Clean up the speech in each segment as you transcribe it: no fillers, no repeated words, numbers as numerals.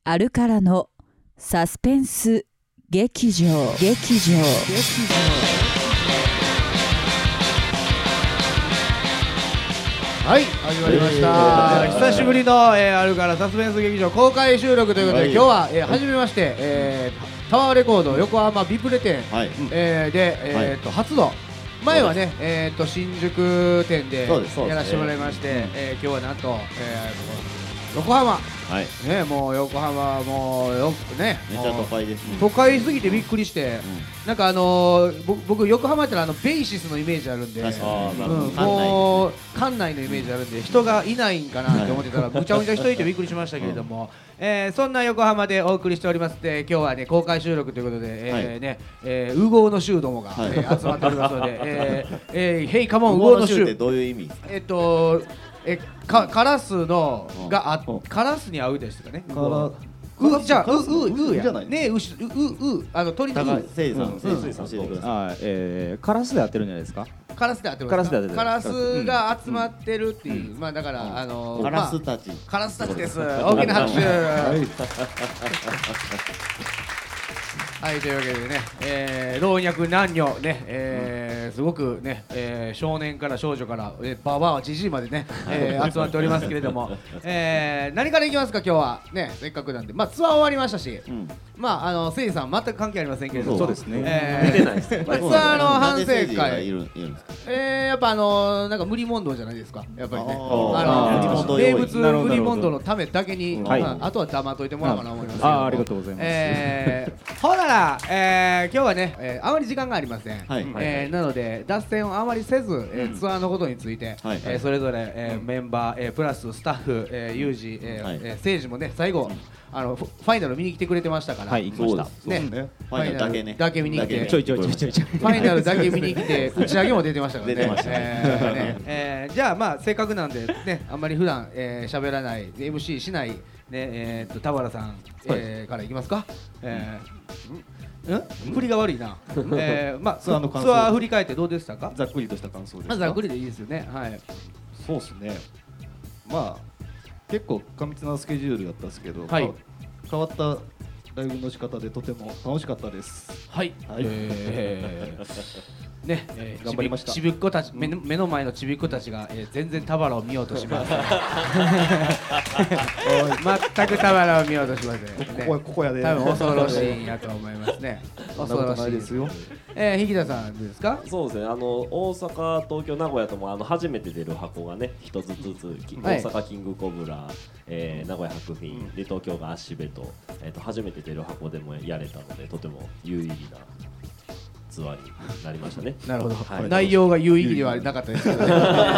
アルカラのサスペンス劇場はい、始まりました、久しぶりの、アルカラサスペンス劇場公開収録ということで、今日は、初めまして、タワーレコード横浜ビプレ店、で、初の前はね、新宿店でやらせてもらいまして、今日はなんと、横浜、ね、もう横浜はもうね、 めっちゃ都会ですね。 都会すぎてびっくりして、なんか僕横浜やったらベイシスのイメージあるんで、もう館内のイメージあるんで人がいないんかなって思ってたらむちゃむちゃ人いてびっくりしましたけれども、そんな横浜でお送りしております。で、今日はね公開収録ということで、ウゴーの衆どもが、集まっておりますので、ヘイカモンウゴーの衆ってどういう意味？ カラスのがカラスに合うですかね。じゃあやね鳥の誠司さん教えてください。 カラスで合ってるんじゃないですか。 カラスで合ってますか。カラスが集まってるっていう、まあだからカラスたちです。大きな拍手。はい、というわけでね、老若男女ね、すごくね、少年から少女からババアじじいまでね、集まっておりますけれども、何からいきますか今日はね、せっかくなんで、まあツアー終わりましたし、まあ誠司さん全く関係ありませんけれども、 そうですね。見てないです。 ツアーの反省会、 いるんですか？ やっぱなんか無理問答じゃないですか、やっぱりね、名物無理問答のためだけに、あとは黙っといてもらおうかなと思いますけど。 ありがとうございます。 ほんなら、今日はね、あまり時間がありません。なので脱線をあまりせず、ツアーのことについて、それぞれ、メンバー、プラススタッフ、ユージ、誠司もね最後ファイナル見に来てくれてましたから。 行きました。 ね、 ファイナルだけ見に来て、 ちょいファイナルだけ見に来て打ち上げも出てましたからね。じゃあまあせっかくなんでね、あんまり普段喋らない MC しないね、田原さんからいきますか。振りが悪いな。まあツアー振り返ってどうでしたか？ ざっくりとした感想ですか？ ざっくりでいいですよね。はい。 そうですね。まあ結構過密なスケジュールだったんですけど、変わったライブの仕方でとても楽しかったです。 はい。ね、 頑張りました。 ちびっ子たち、目の前のちびっ子たちが、全然田原を見ようとしません。全く田原を見ようとしません。 ここやで。 多分恐ろしいんやと思いますね。 恐ろしいですよ。 日田さんどうですか？ そうですね。大阪、東京、名古屋とも初めて出る箱がね、一つずつ、大阪キングコブラ、名古屋白フィンで東京がアシベと、初めて出る箱でもやれたので、とても有意義なツアーになりましたね。 なるほど。内容が有意義ではなかったですけどね。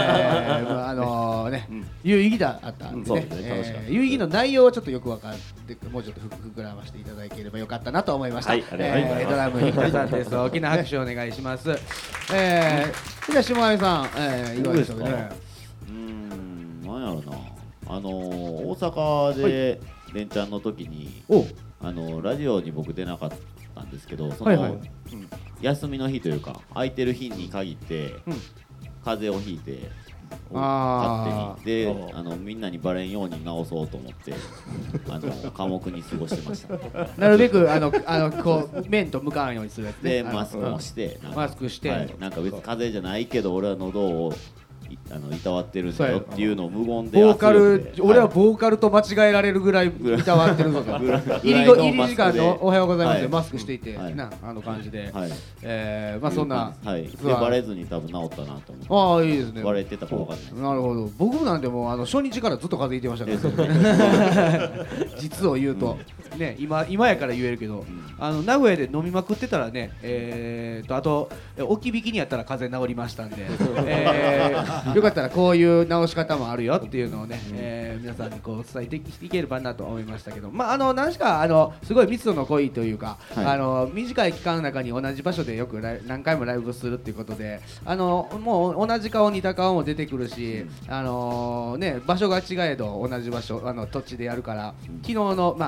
有意義だったんですね。有意義の内容はちょっとよく分かって、もうちょっと膨らませていただければよかったなと思いました。ドラム日田さんです。大きな拍手をお願いします。じゃあ下上さん、いかがでしょうかね。 なんやろな。大阪で連チャンの時にラジオに僕出なかったんですけど、その休みの日というか空いてる日に限って風邪をひいて勝手にでみんなにバレんように直そうと思って寡黙に過ごしてました。 なるべくこう面と向かんようにするやつで、 マスクもしてマスクして、 なんか別に風邪じゃないけど俺は喉をいたわってるんだよっていうのを無言で俺はボーカルと間違えられるぐらいいたわってるぞと。入り時間のおはようございますでマスクしていてな感じで、まあそんなバレずに多分治ったなと思って。 いいですね。 バレてたか分かんない。 なるほど。僕なんてもう初日からずっと風邪ひいてましたから実を言うとね、今やから言えるけど、名古屋で飲みまくってたらね、あと置き引きにやったら風邪治りましたんで、よかったらこういう治し方もあるよっていうのをね、皆さんにこう伝えていければなと思いましたけど、まあ何しかすごい密度の濃いというか、短い期間の中に同じ場所でよく何回もライブするっていうことで、もう同じ顔似た顔も出てくるし、場所が違えど同じ場所土地でやるから、昨日の話の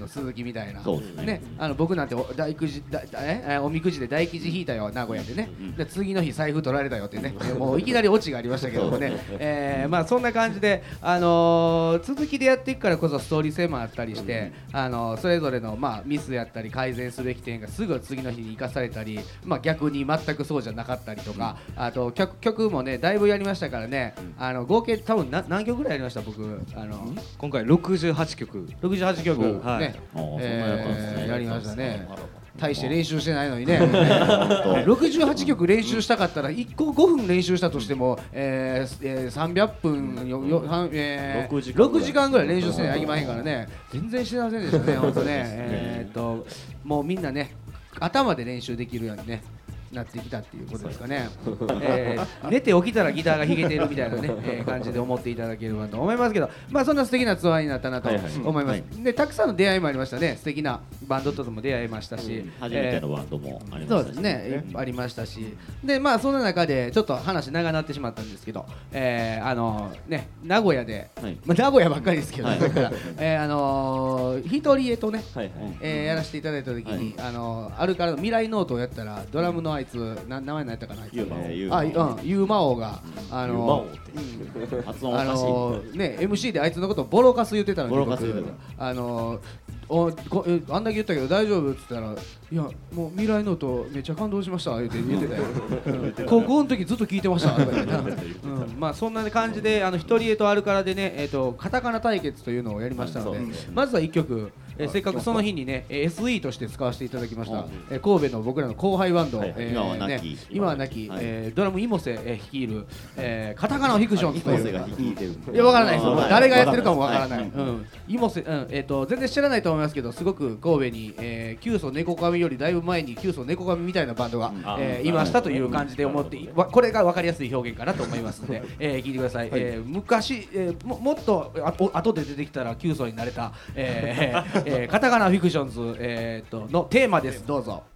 の鈴木みたいな、 そうですね。 僕なんておみくじで大吉引いたよ名古屋でね、で次の日財布取られたよってねもういきなりオチがありましたけどもね、まあそんな感じで続きでやっていくからこそストーリー性もあったりして、それぞれのまあミスやったり改善すべき点がすぐ次の日に生かされたり、まあ逆に全くそうじゃなかったりとか、あと曲もねだいぶやりましたからね、合計多分何曲ぐらいやりました僕。 今回68曲ね、やりましたね。大して練習してないのにね68曲練習したかったら1個5分練習したとしても、300分6時間ぐらい練習してないといけまへんからね、全然してませんでしたね本当ね。もうみんなね頭で練習できるようにねなってきたっていうことですかね。寝て起きたらギターが弾けてるみたいなね、感じで思っていただければと思いますけど、まあそんな素敵なツアーになったなと思います。でたくさんの出会いもありましたね。素敵なバンドとも出会いましたし、 初めてのバンドもありましたし、 そうですね、ありましたし、でまあその中でちょっと話長なってしまったんですけど、ね名古屋で、まあ名古屋ばっかりですけど、だから一人へとね、やらせていただいた時に、あるからの未来ノートをやったらドラムのあいつ名前何やったかな、ユーマオがMC であいつのことをボロカス言ってたのに、あんだけ言ったけど大丈夫っつったら、いやもう未来ノートめっちゃ感動しました言ってたよ高校の時ずっと聞いてましたとか言ってまあそんな感じで一人へとあるからでね、カタカナ対決というのをやりましたので、まずは1曲、せっかくその日にね SE として使わせていただきました、神戸の僕らの後輩バンド、今は亡きドラムイモセ率いるカタカナフィクションズという、いやわからないですよ、誰がやってるかもわからない、イモセ全然知らないと思いますけど、すごく神戸にキュウソネコカミよりだいぶ前にキュウソネコカミみたいなバンドがいましたという感じで思って、これが分かりやすい表現かなと思いますので聞いてください。昔もっと後で出てきたらキュウソになれたカタカナフィクションズのテーマです。どうぞ。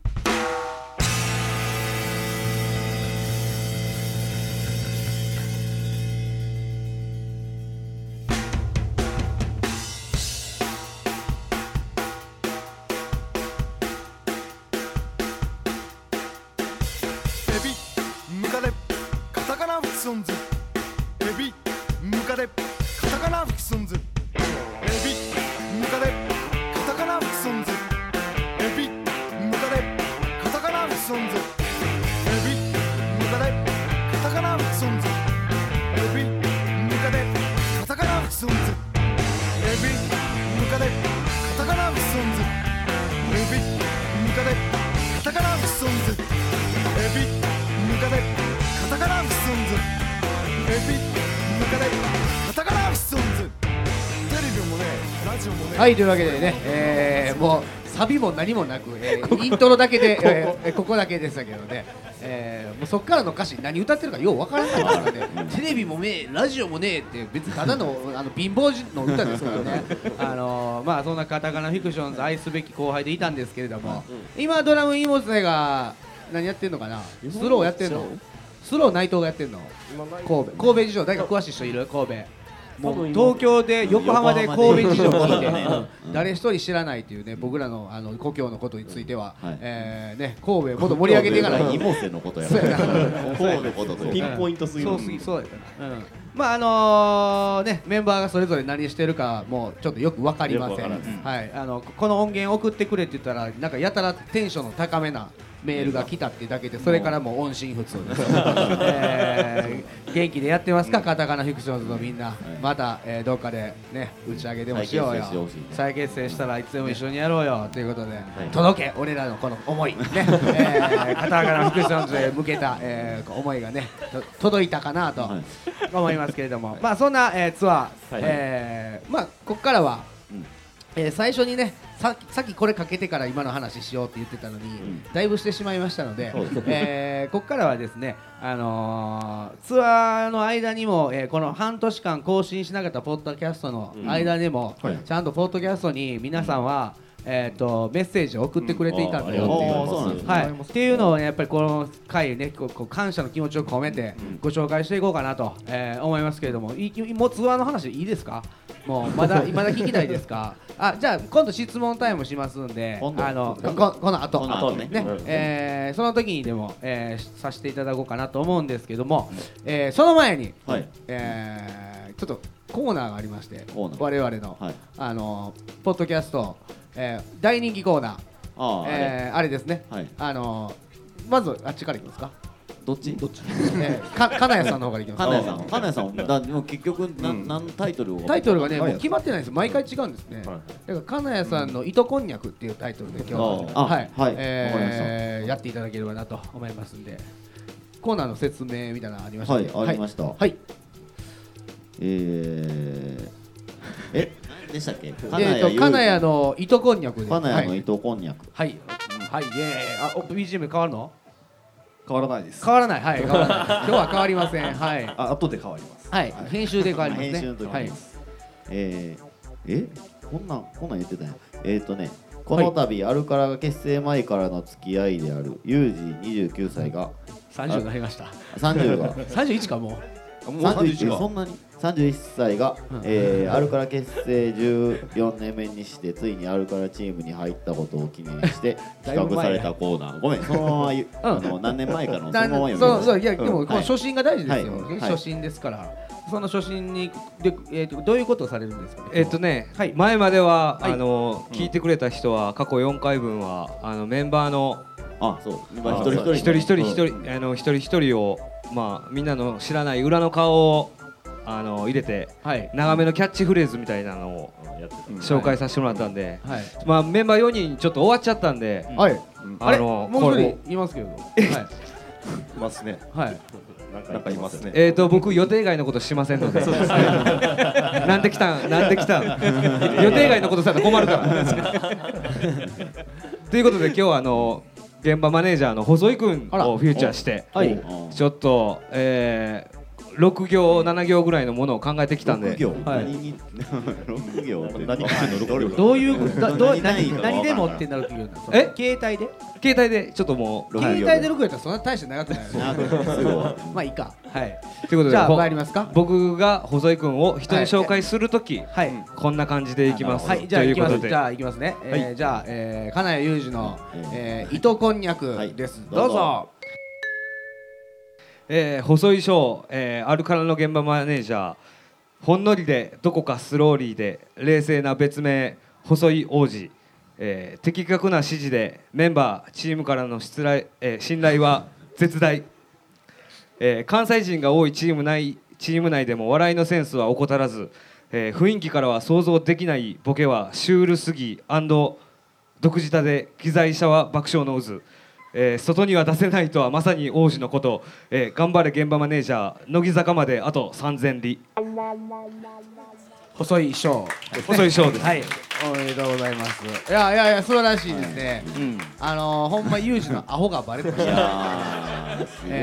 はい、というわけでね、もうサビも何もなく、イントロだけで、ここだけでしたけどね、もうそっからの歌詞何歌ってるかようわからないからねテレビもねえラジオもねえって別にただの貧乏人の歌ですからねまあそんなカタカナフィクションズ愛すべき後輩でいたんですけれども、今ドラムイモセが何やってんのかな、スローやってんの、スロー内藤がやってんの、神戸事情誰か詳しい人いる？神戸もう東京で横浜で神戸事情を聞いて誰一人知らないというね、僕らの故郷のことについてはね、神戸もっと盛り上げていかないと。 イモセのことやから神戸のことピンポイントすぎる。 そうやな。まあねメンバーがそれぞれ何してるかもちょっとよく分かりません。はい、この音源送ってくれって言ったらなんかやたらテンションの高めなメールが来たっていうだけで、それからもう音信不通です元気でやってますか、カタカナフィクションズのみんな。またどっかでね打ち上げでもしようよ、再結成したらいつでも一緒にやろうよということで、届け俺らのこの思いねカタカナフィクションズへ向けた思いがね届いたかなと思いますけれども、まあそんなツアー、まあここからは最初にねさっきこれかけてから今の話しようって言ってたのに、だいぶしてしまいましたので、ここからはですね、ツアーの間にも、この半年間更新しなかったポッドキャストの間でも、ちゃんとポッドキャストに皆さんは、 メッセージを送ってくれていたんだよっていう、 そうなんですね。 はい、っていうのをねやっぱりこの回ねこう感謝の気持ちを込めてご紹介していこうかなと、思いますけれども、もうツアーの話いいですか？もうまだ聞きたいですか？じゃあ今度質問タイムしますんで、この後ね、その時にでも、させていただこうかなと思うんですけども、その前に、ちょっとコーナーがありまして、我々の、ポッドキャスト、大人気コーナー、あれですね、まずあっちからいきますか？ どっち？ 金谷さんの方からいきます。 金谷さんでも結局何タイトルがねもう決まってないんですよ。毎回違うんですね。だから金谷さんの糸こんにゃくっていうタイトルで今日はやっていただければなと思いますんで、コーナーの説明みたいなのありましたね。 ありました。 はい。 何でしたっけ？ 金谷の糸こんにゃくで。 金谷の糸こんにゃく。 はい。はい。BGM 変わるの？ 変わらないです。 変わらない。はい。今日は変わりません。はい。 後で変わります。 はい。編集で変わりますね。 編集の時に。はい。こんなん言ってたやん。この度アルカラが結成前からの付き合いであるユージ29歳が 30になりました。 30が 31かもう。 31そんなに31歳が、アルカラ結成14年目にしてついにアルカラチームに入ったことを記念して企画されたコーナー。ごめん、そのまま何年前かのそのまま読みます。 そういやでもこの初心が大事ですよ。初心ですから。その初心にでどういうことをされるんですか？ 前までは聞いてくれた人は過去4回分はメンバーの一人一人をみんなの知らない裏の顔を入れて長めのキャッチフレーズみたいなのを紹介させてもらったんで、メンバー4人ちょっと終わっちゃったんで、 もう一人いますけど。 いますね。 はい。 なんかいますね。 僕予定外のことしませんので。なんで来たん。予定外のことされたら困るから。ということで今日は現場マネージャーの細井君をフューチャーしてちょっと6行7行ぐらいのものを考えてきたんで。 6行ってどういう何でもってなる6行なんですか？携帯でちょっともう携帯で6行やったらそんな大して長くない。まあいいか。はい。 ということでじゃあ参りますか。 僕が細井君を人に紹介するときこんな感じでいきます。 はい。じゃあいきますね。じゃあ金谷裕二の糸こんにゃくです。どうぞ。 細井翔、アルカラの現場マネージャー、ほんのりでどこかスローリーで冷静な別名細井王子、的確な指示でメンバーチームからの信頼は絶大、関西人が多いチーム内でも笑いのセンスは怠らず、雰囲気からは想像できないボケはシュールすぎ&独自多で機材車は爆笑の渦、外には出せないとはまさに王子のこと、頑張れ現場マネージャー乃木坂まであと3000里。 細井翔です。はい、おめでとうございます。いや素晴らしいですね。ほんまユージのアホがバレてました。 すごい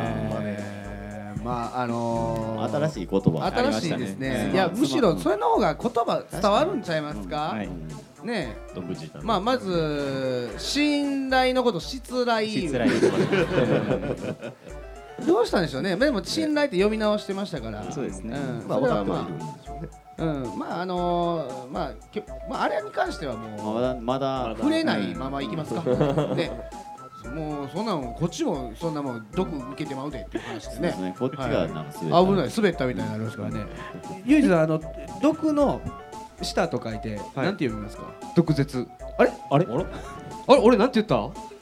な。新しい言葉新しいですね。いやむしろそれの方が言葉伝わるんちゃいますか？ねえ、まず信頼のこと失頼どうしたんでしょうね。でも信頼って読み直してましたから。 そうですね。 それはあれに関してはもうまだ触れないままいきますか。ね、もうそんなもんこっちもそんなもん毒受けてまうでっていう話でね。 こっちがなんか危ない滑ったみたいになりますからね。ユージさん毒の舌と書いてなんて読みますか？ 毒舌。 あれ俺なんて言った？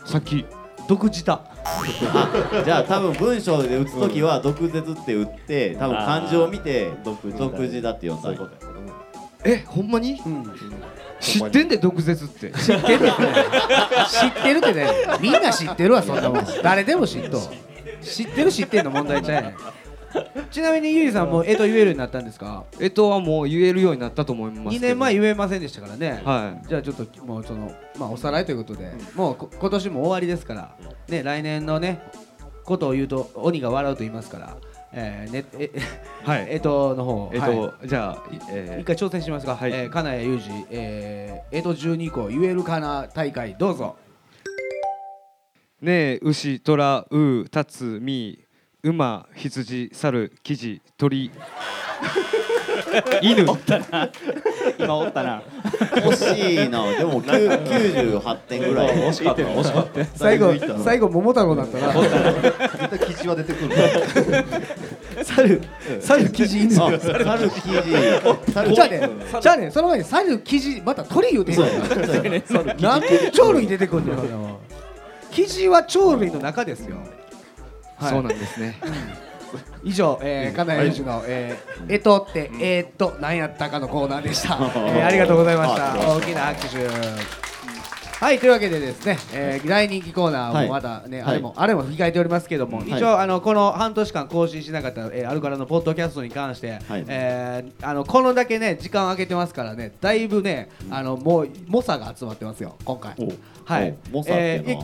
さっき毒舌。 じゃあ多分文章で打つときは毒舌って打って多分漢字を見て毒舌って呼んだ。 ほんまに？知ってんで毒舌って。 知ってるってね。みんな知ってるわそんなもん。誰でも知っと。知ってんの問題ちゃうねん。ちなみにゆいさんも言えるようになったんですか？ はもう言えるようになったと思いますけど。 2年前言えませんでしたからね。 はい。 じゃあちょっともうおさらいということで、もう今年も終わりですからね。来年のねことを言うと鬼が笑うと言いますから、 はい。 の方じゃあ一回挑戦しますか。金谷裕二12個言えるかな大会どうぞ。 ねえ牛虎うたつみ馬羊猿キジ鳥犬今おったな。 惜しいな。でも98点ぐらい。 惜しかった惜しかった。 最後桃太郎だったな。 絶対記事は出てくる。 猿キジ犬。 猿キジ。 じゃあねその前に猿キジまた鳥言うてんの。なんで鳥類出てくるんだよ。キジは鳥類の中ですよ。 そうなんですね。 以上、金谷裕二のって何やったかのコーナーでした。ありがとうございました。大きな拍手。はい、というわけでですね、大人気コーナーもまたね、あれも控えておりますけども、一応この半年間更新しなかったアルカラのポッドキャストに関して、このだけね時間を空けてますからね、だいぶねもう猛者が集まってますよ今回。はい。猛者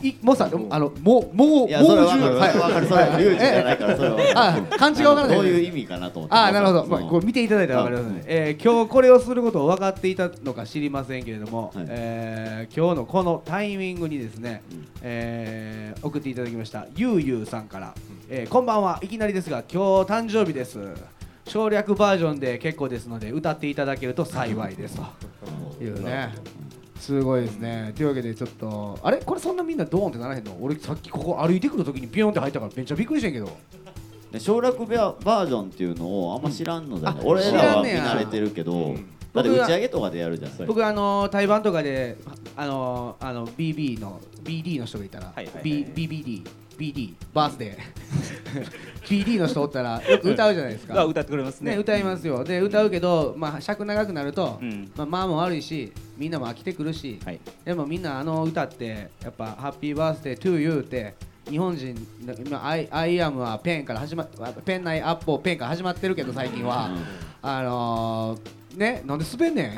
いやそれは分かる。それはリュウジじゃないからそれは。 漢字が分からない。 どういう意味かなと思って。 なるほど。これ見ていただいたら分かりますね。今日これをすることを分かっていたのか知りませんけれども、今日のこのタイミングにですね、送っていただきましたゆうゆうさんから、こんばんはいきなりですが今日誕生日です。省略バージョンで結構ですので歌っていただけると幸いですというね。すごいですね。というわけでちょっとあれこれそんなみんなドーンってならへんの？俺さっきここ歩いてくるときにピヨンって入ったからめっちゃびっくりしてんけど。 省略バージョンっていうのをあんま知らんのだよね。俺らは見慣れてるけど、だって打ち上げとかでやるじゃん。 僕対バンとかでBB の BD の人がいたら BD バースデーBD の人おったらよく歌うじゃないですか。 歌ってくれますね。 歌いますよ。で歌うけど尺長くなるとまあも悪いしみんなも飽きてくるし、でもみんな歌ってやっぱハッピーバースデートゥーユーって日本人今アイアムはペンから始まペン内アップをペンから始まってるけど最近はねなんで滑んねん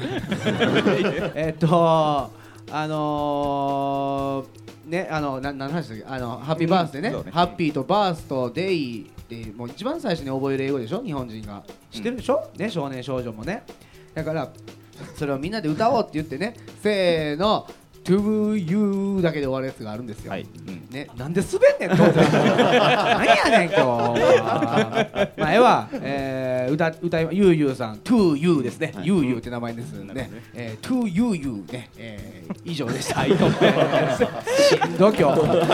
ね何の話だっけハッピーバースデーね、ハッピーとバースとデイってもう一番最初に覚える英語でしょ日本人が知ってるでしょ、ね少年少女もね。だからそれをみんなで歌おうって言ってねせーのTo you だけで終わるやつがあるんですよ。ね、なんで滑んねんと。何やねん今日。前は歌いゆうゆうさん To you ですね。ゆうゆうって名前ですね。To you you ね以上でした。しんど今日。もう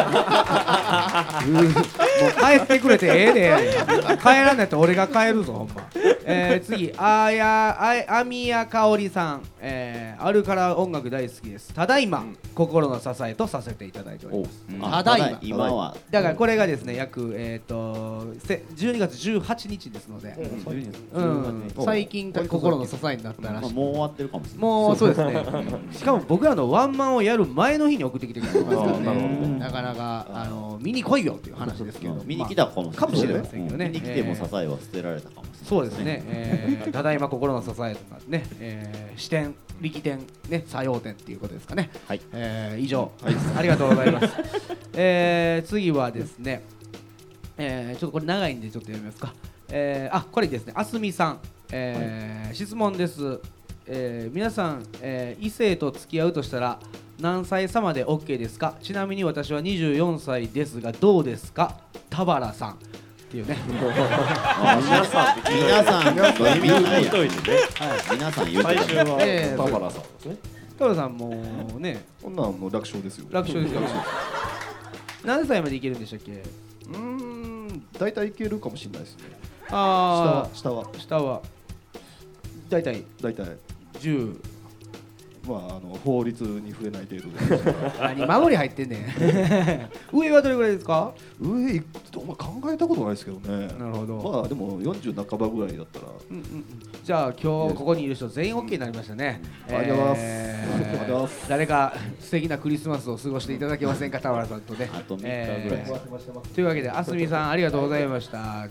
帰ってくれてええで。帰らないと俺が帰るぞほんま。次あみやかおりさん、あるから音楽大好きです。ただいま心の支えとさせていただいております。ただいま今はだからこれがですね約12月18日ですので、最近心の支えになったらしい。 もう終わってるかもしれない。 もうそうですね。しかも僕らのワンマンをやる前の日に送ってきてくれますからね。なかなか見に来いよっていう話ですけど、 見に来たかもしれませんけどね。見に来ても支えは捨てられたかもしれない。 そうですね。ただいま心の支えとかね、視点力点ね作用点っていうことですかね。はい。以上、ありがとうございます。次はですね、ちょっとこれ長いんでちょっと読みますか。これですね、あすみさん、質問です。皆さん、異性と付き合うとしたら何歳差まで OK ですか？ちなみに私は24歳ですがどうですか？田原さんっていうね。 皆さんの意味がないや。皆さん言うてる。 田原さんですね。 田原さんもね、 こんなんもう楽勝ですよ。 楽勝ですよ。何歳までいけるんでしたっけ？ 大体いけるかもしれないですね。下は大体10。 法律に触れない程度で。 何守り入ってんねん。上はどれぐらいですか？ 上考えたことないですけどね。 なるほど。 まあでも40半ばぐらいだったら。 じゃあ今日ここにいる人全員 OK になりましたね。 ありがとうございます。 誰か素敵なクリスマスを過ごしていただけませんか、田原さんとね。 あと3日ぐらい。 というわけであすみさんありがとうございましたね。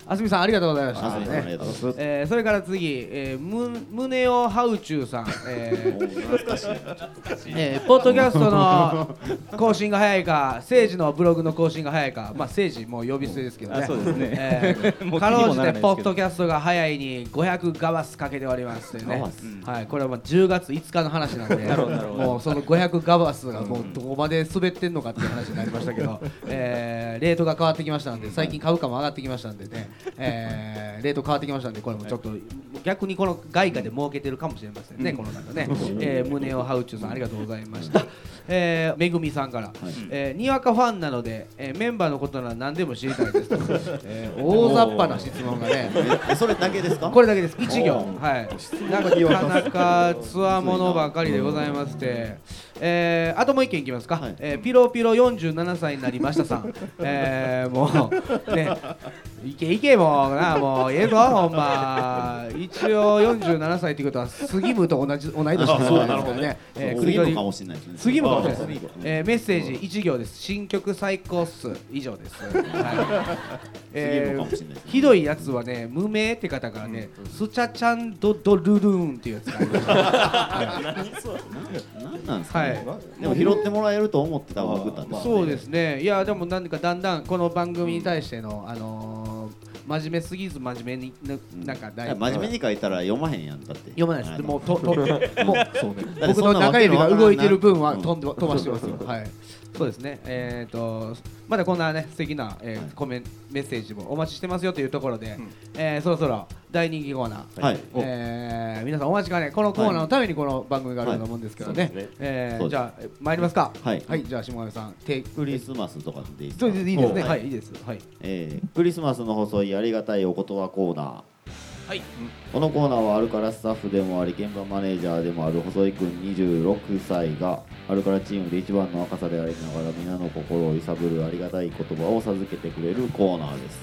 あすみさんありがとうございましたあすみさんありがとうございます。 それから次、ムネオハウチューさん、 懐かしい。 ポッドキャストの更新が早いか、政治のブログの更新が早いか、まあ政治もう呼び捨てですけどね。 そうですね。 かろうじてポッドキャストが早いに500ガバスかけておりますね。はい、これはまあ10月5日の話なんで、もうその500ガバスがもうどこまで滑ってんのかっていう話になりましたけど、レートが変わってきましたんで、最近株価も上がってきましたんでね、レート変わってきましたんで、これもちょっと逆にこの外貨で儲けてるかもしれませんね、この方ね。宗男ハウチューさんありがとうございました。めぐみさんから、にわかファンなので、メンバーのことなら何でも知りたいですと、大雑把な質問がね。 それだけですか？ これだけです。1行。はい。なかなかつわものばかりでございまして、あともう一件いきますか。ピロピロ47歳になりましたさん。もうね、いけもうな、もうええぞほんま。一応47歳ってことは杉村と同い年ですからね。 杉村かもしれないですね。 杉村かもしれないです。メッセージ1行です。新曲最高っす。以上です。ひどいやつはね、無名って方からね、スチャチャンドドルルーンっていうやつがありました。 何なんですかね。でも拾ってもらえると思って多分送ったんです。 そうですね。いやでもなんかだんだんこの番組に対しての真面目すぎず真面目になんか真面目に書いたら読まへんやんだって。 読まないです。もう僕の中指が動いてる分は飛ばしてますよ。はい。そうですね。まだこんなね素敵なメッセージもお待ちしてますよというところで、そろそろ大人気コーナー、皆さんお待ちかね、このコーナーのためにこの番組があるようなもんですからね。じゃあ参りますか。はい。じゃあ下上さん、 クリスマスとかでいいですか？いいですね。はい、いいです。はい。 クリスマスの細いありがたいお言葉コーナー。 はい、 このコーナーはアルカラスタッフでもあり現場マネージャーでもある細井くん26歳がアルカラチームで一番の若さでありながら皆の心を揺さぶるありがたい言葉を授けてくれるコーナーです。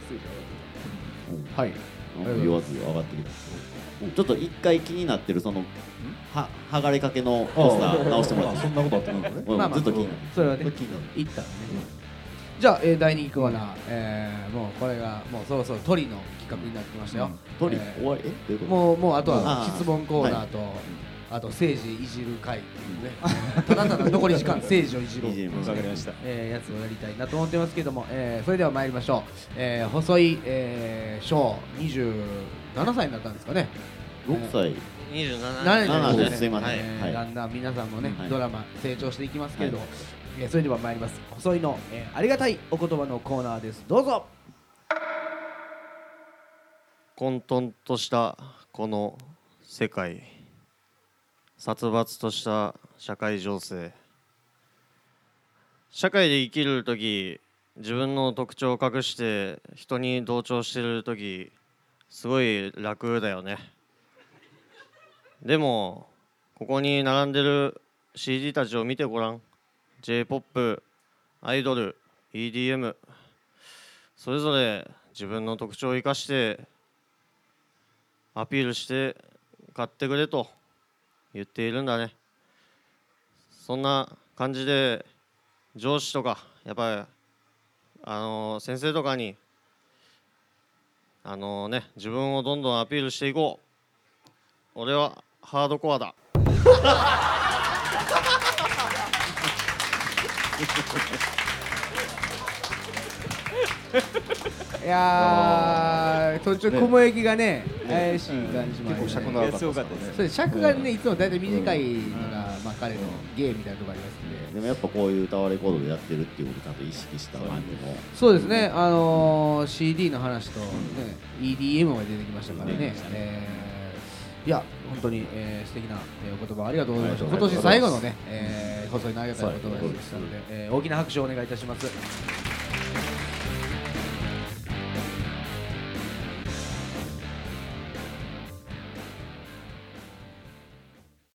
はい、 言わず上がってきた。ちょっと一回気になってるその剥がれかけのポスター直してもらって。 そんなことあったのね。 ずっと気になる。 それはね、いったらね。じゃあ大人気コーナー、もうこれがもうそろそろ鳥の企画になってきましたよ。 鳥終わり？ もうあとは質問コーナーと、あと政治いじる会っていうね、ただただ残り時間政治をいじるわかりました。 やつをやりたいなと思ってますけども、それでは参りましょう。細井翔27歳になったんですかね。 6歳。 27 です。すいません。 だんだん皆さんもねドラマ成長していきますけれど。それでは参ります。細井の、ありがたいお言葉のコーナーです。どうぞ。 混沌としたこの世界、殺伐とした社会情勢、社会で生きるとき自分の特徴を隠して人に同調してるときすごい楽だよね。でもここに並んでる CD たちを見てごらん。J-POP、アイドル、EDM、それぞれ自分の特徴を生かしてアピールして買ってくれと言っているんだね。そんな感じで上司とかやっぱり先生とかに自分をどんどんアピールしていこう。俺はハードコアだ。 いや途中雲行きがね怪しい感じもありましたね。 結構尺長かったですね。 それ尺がねいつもだいたい短いのがまあ彼の芸みたいなところありますんで。 でもやっぱこういうタワーレコードでやってるっていうことをちゃんと意識した感じも。 そうですね。CD の話とね EDM が出てきましたからね。いや本当に素敵なお言葉ありがとうございました。今年最後のね細いのありがたい言葉でしたので大きな拍手をお願いいたします。